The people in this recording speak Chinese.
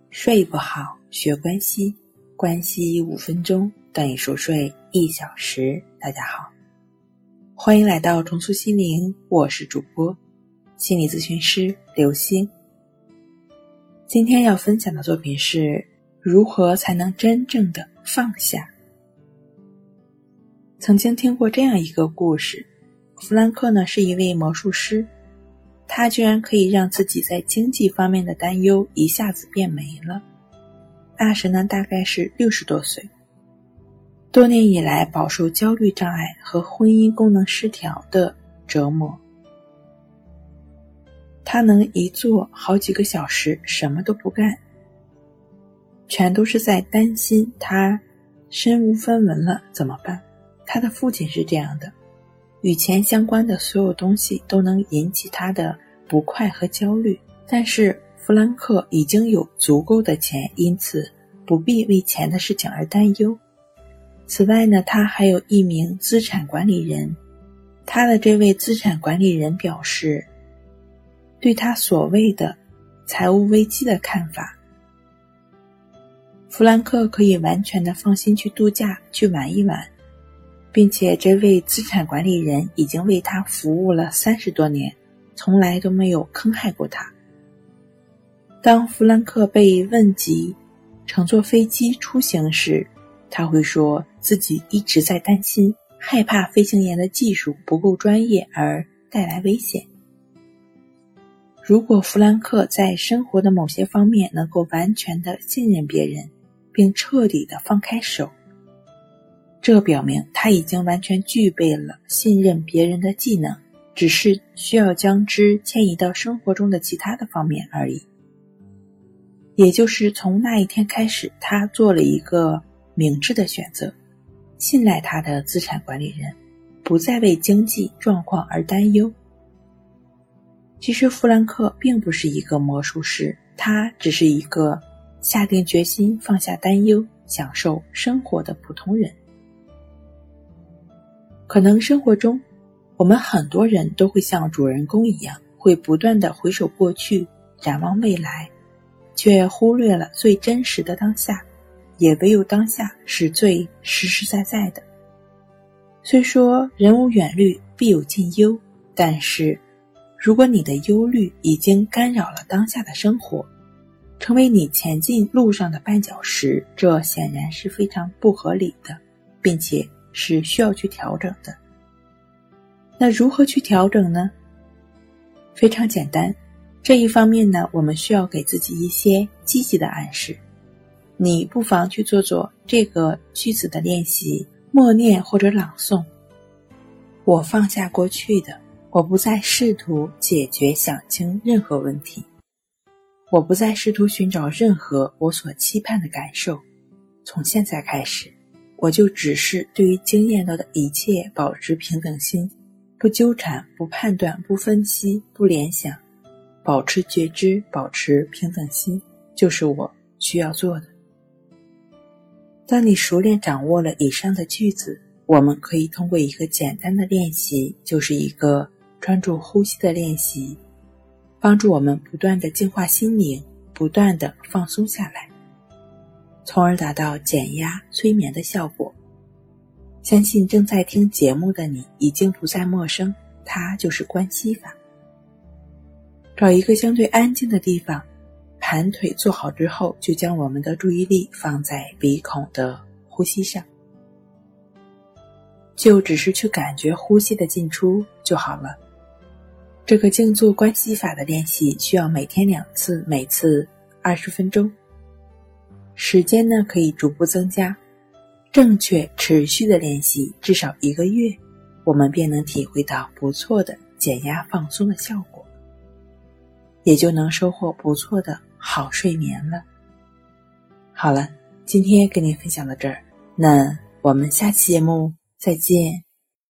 睡不好学关系，关系5分钟等于熟睡1小时。大家好，欢迎来到重塑心灵，我是主播心理咨询师刘星。今天要分享的作品是如何才能真正的放下。曾经听过这样一个故事，弗兰克呢是一位魔术师，他居然可以让自己在经济方面的担忧一下子变没了。那时呢大概是60多岁，多年以来饱受焦虑障碍和婚姻功能失调的折磨。他能一坐好几个小时什么都不干，全都是在担心他身无分文了怎么办。他的父亲是这样的，与钱相关的所有东西都能引起他的不快和焦虑，但是弗兰克已经有足够的钱，因此不必为钱的事情而担忧。此外呢，他还有一名资产管理人，他的这位资产管理人表示对他所谓的财务危机的看法。弗兰克可以完全的放心去度假，去玩一玩，并且这位资产管理人已经为他服务了30多年，从来都没有坑害过他。当弗兰克被问及乘坐飞机出行时，他会说自己一直在担心，害怕飞行员的技术不够专业而带来危险。如果弗兰克在生活的某些方面能够完全的信任别人，并彻底的放开手，这表明他已经完全具备了信任别人的技能，只是需要将之迁移到生活中的其他的方面而已。也就是从那一天开始，他做了一个明智的选择，信赖他的资产管理人，不再为经济状况而担忧。其实弗兰克并不是一个魔术师，他只是一个下定决心放下担忧，享受生活的普通人。可能生活中我们很多人都会像主人公一样，会不断地回首过去，展望未来，却忽略了最真实的当下，也唯有当下是最实实在在的。虽说人无远虑必有近忧，但是如果你的忧虑已经干扰了当下的生活，成为你前进路上的绊脚石，这显然是非常不合理的，并且是需要去调整的。那如何去调整呢？非常简单，这一方面呢，我们需要给自己一些积极的暗示。你不妨去做做这个句子的练习，默念或者朗诵。我放下过去的，我不再试图解决想清任何问题，我不再试图寻找任何我所期盼的感受。从现在开始，我就只是对于经验到的一切保持平等心，不纠缠，不判断，不分析，不联想，保持觉知，保持平等心，就是我需要做的。当你熟练掌握了以上的句子，我们可以通过一个简单的练习，就是一个专注呼吸的练习，帮助我们不断地净化心灵，不断地放松下来，从而达到减压催眠的效果。相信正在听节目的你已经不再陌生，它就是关系法。找一个相对安静的地方，盘腿坐好之后，就将我们的注意力放在鼻孔的呼吸上，就只是去感觉呼吸的进出就好了。这个静坐关系法的练习需要每天2次，每次20分钟。时间呢可以逐步增加，正确持续的练习至少1个月，我们便能体会到不错的减压放松的效果，也就能收获不错的好睡眠了。好了，今天跟您分享到这儿，那我们下期节目再见。